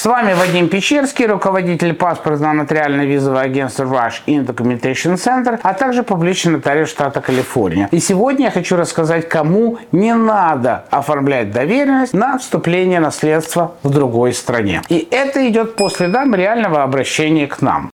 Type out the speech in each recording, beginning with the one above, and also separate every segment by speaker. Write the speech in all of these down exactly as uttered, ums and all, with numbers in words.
Speaker 1: С вами Вадим Печерский, руководитель паспортно-нотариального визового агентства Rush In Documentation Center, а также публичный нотариус штата Калифорния. И сегодня я хочу рассказать, кому не надо оформлять доверенность на вступление наследства в другой стране. И это идет по следам реального обращения к нам.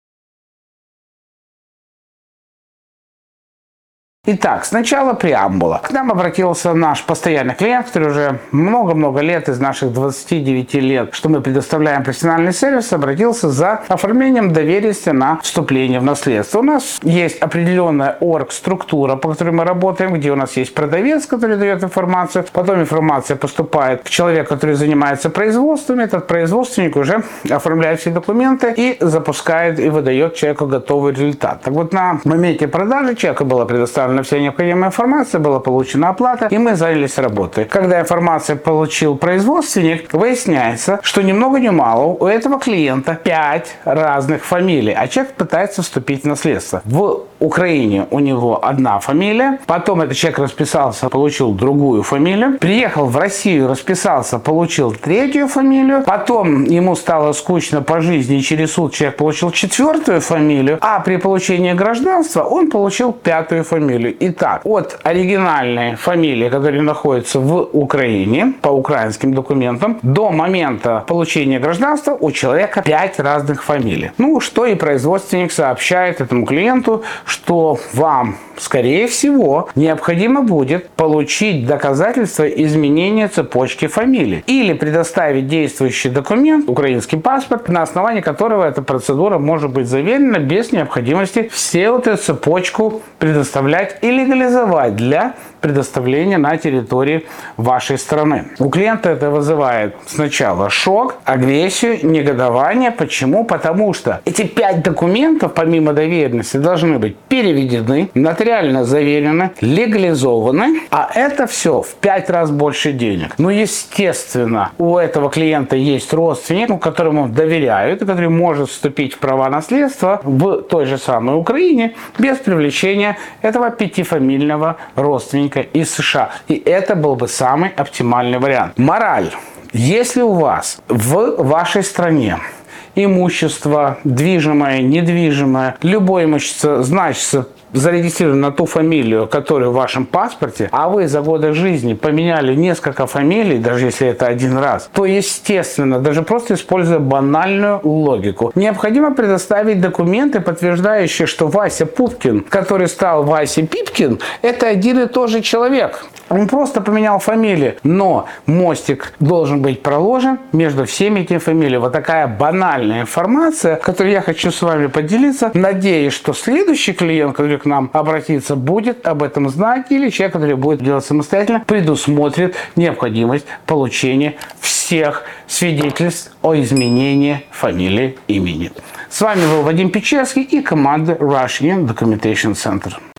Speaker 1: Итак, сначала преамбула. К нам обратился наш постоянный клиент, который уже много-много лет, из наших двадцати девяти лет, что мы предоставляем профессиональный сервис, обратился за оформлением доверенности на вступление в наследство. У нас есть определенная орг-структура, по которой мы работаем, где у нас есть продавец, который дает информацию, потом информация поступает к человеку, который занимается производством, этот производственник уже оформляет все документы и запускает и выдает человеку готовый результат. Так вот, на моменте продажи человеку была предоставлена вся необходимая информация, была получена оплата, и мы занялись работой. Когда информацию получил производственник, выясняется, что ни много ни мало у этого клиента пять разных фамилий, а человек пытается вступить в наследство. В Украине у него одна фамилия, потом этот человек расписался, получил другую фамилию, приехал в Россию, расписался, получил третью фамилию, потом ему стало скучно по жизни, и через суд человек получил четвертую фамилию, а при получении гражданства он получил пятую фамилию. Итак, от оригинальной фамилии, которая находится в Украине, по украинским документам, до момента получения гражданства у человека пять разных фамилий. Ну, что и производственник сообщает этому клиенту, что вам, скорее всего, необходимо будет получить доказательство изменения цепочки фамилий или предоставить действующий документ, украинский паспорт, на основании которого эта процедура может быть заверена без необходимости всю эту цепочку предоставлять и легализовать для предоставления на территории вашей страны. У клиента это вызывает сначала шок, агрессию, негодование. Почему? Потому что эти пять документов, помимо доверенности, должны быть переведены, нотариально заверены, легализованы, а это все в пять раз больше денег. Ну, естественно, у этого клиента есть родственник, которому доверяют, и который может вступить в права наследства в той же самой Украине без привлечения этого пятифамильного родственника из США. И это был бы самый оптимальный вариант. Мораль. Если у вас в вашей стране имущество, движимое, недвижимое, любое имущество значится зарегистрирован на ту фамилию, которая в вашем паспорте, а вы за годы жизни поменяли несколько фамилий, даже если это один раз, то, естественно, даже просто используя банальную логику, необходимо предоставить документы, подтверждающие, что Вася Пупкин, который стал Васей Пипкин, это один и тот же человек. Он просто поменял фамилию, но мостик должен быть проложен между всеми этими фамилиями. Вот такая банальная информация, которой я хочу с вами поделиться. Надеюсь, что следующий клиент, который к нам обратится, будет об этом знать, или человек, который будет делать самостоятельно, предусмотрит необходимость получения всех свидетельств о изменении фамилии, имени. С вами был Вадим Печерский и команда Rush In Documentation Center.